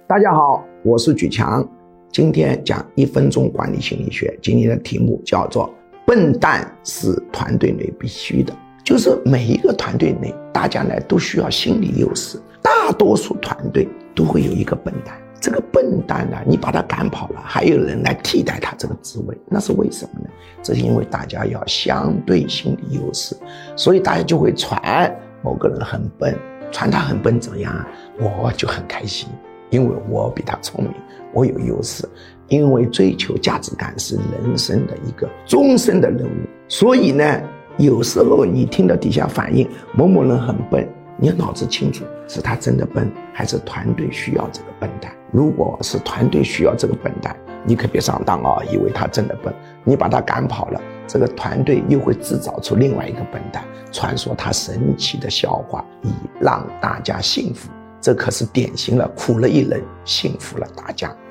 大家好，我是举强，今天讲1分钟管理心理学。今天的题目叫做笨蛋是团队内必须的，就是每一个团队内大家呢都需要心理优势，大多数团队都会有一个笨蛋。这个笨蛋呢，你把他赶跑了，还有人来替代他这个职位，那是为什么呢？这是因为大家要相对心理优势，所以大家就会传某个人很笨，传他很笨怎么样啊？我就很开心，因为我比他聪明，我有优势。因为追求价值感是人生的一个终身的任务，所以呢，有时候你听到底下反映某某人很笨，你要脑子清楚，是他真的笨，还是团队需要这个笨蛋？如果是团队需要这个笨蛋，你可别上当以为他真的笨，你把他赶跑了，这个团队又会制造出另外一个笨蛋，传说他神奇的笑话，以让大家幸福。这可是典型了苦了一人，幸福了大家。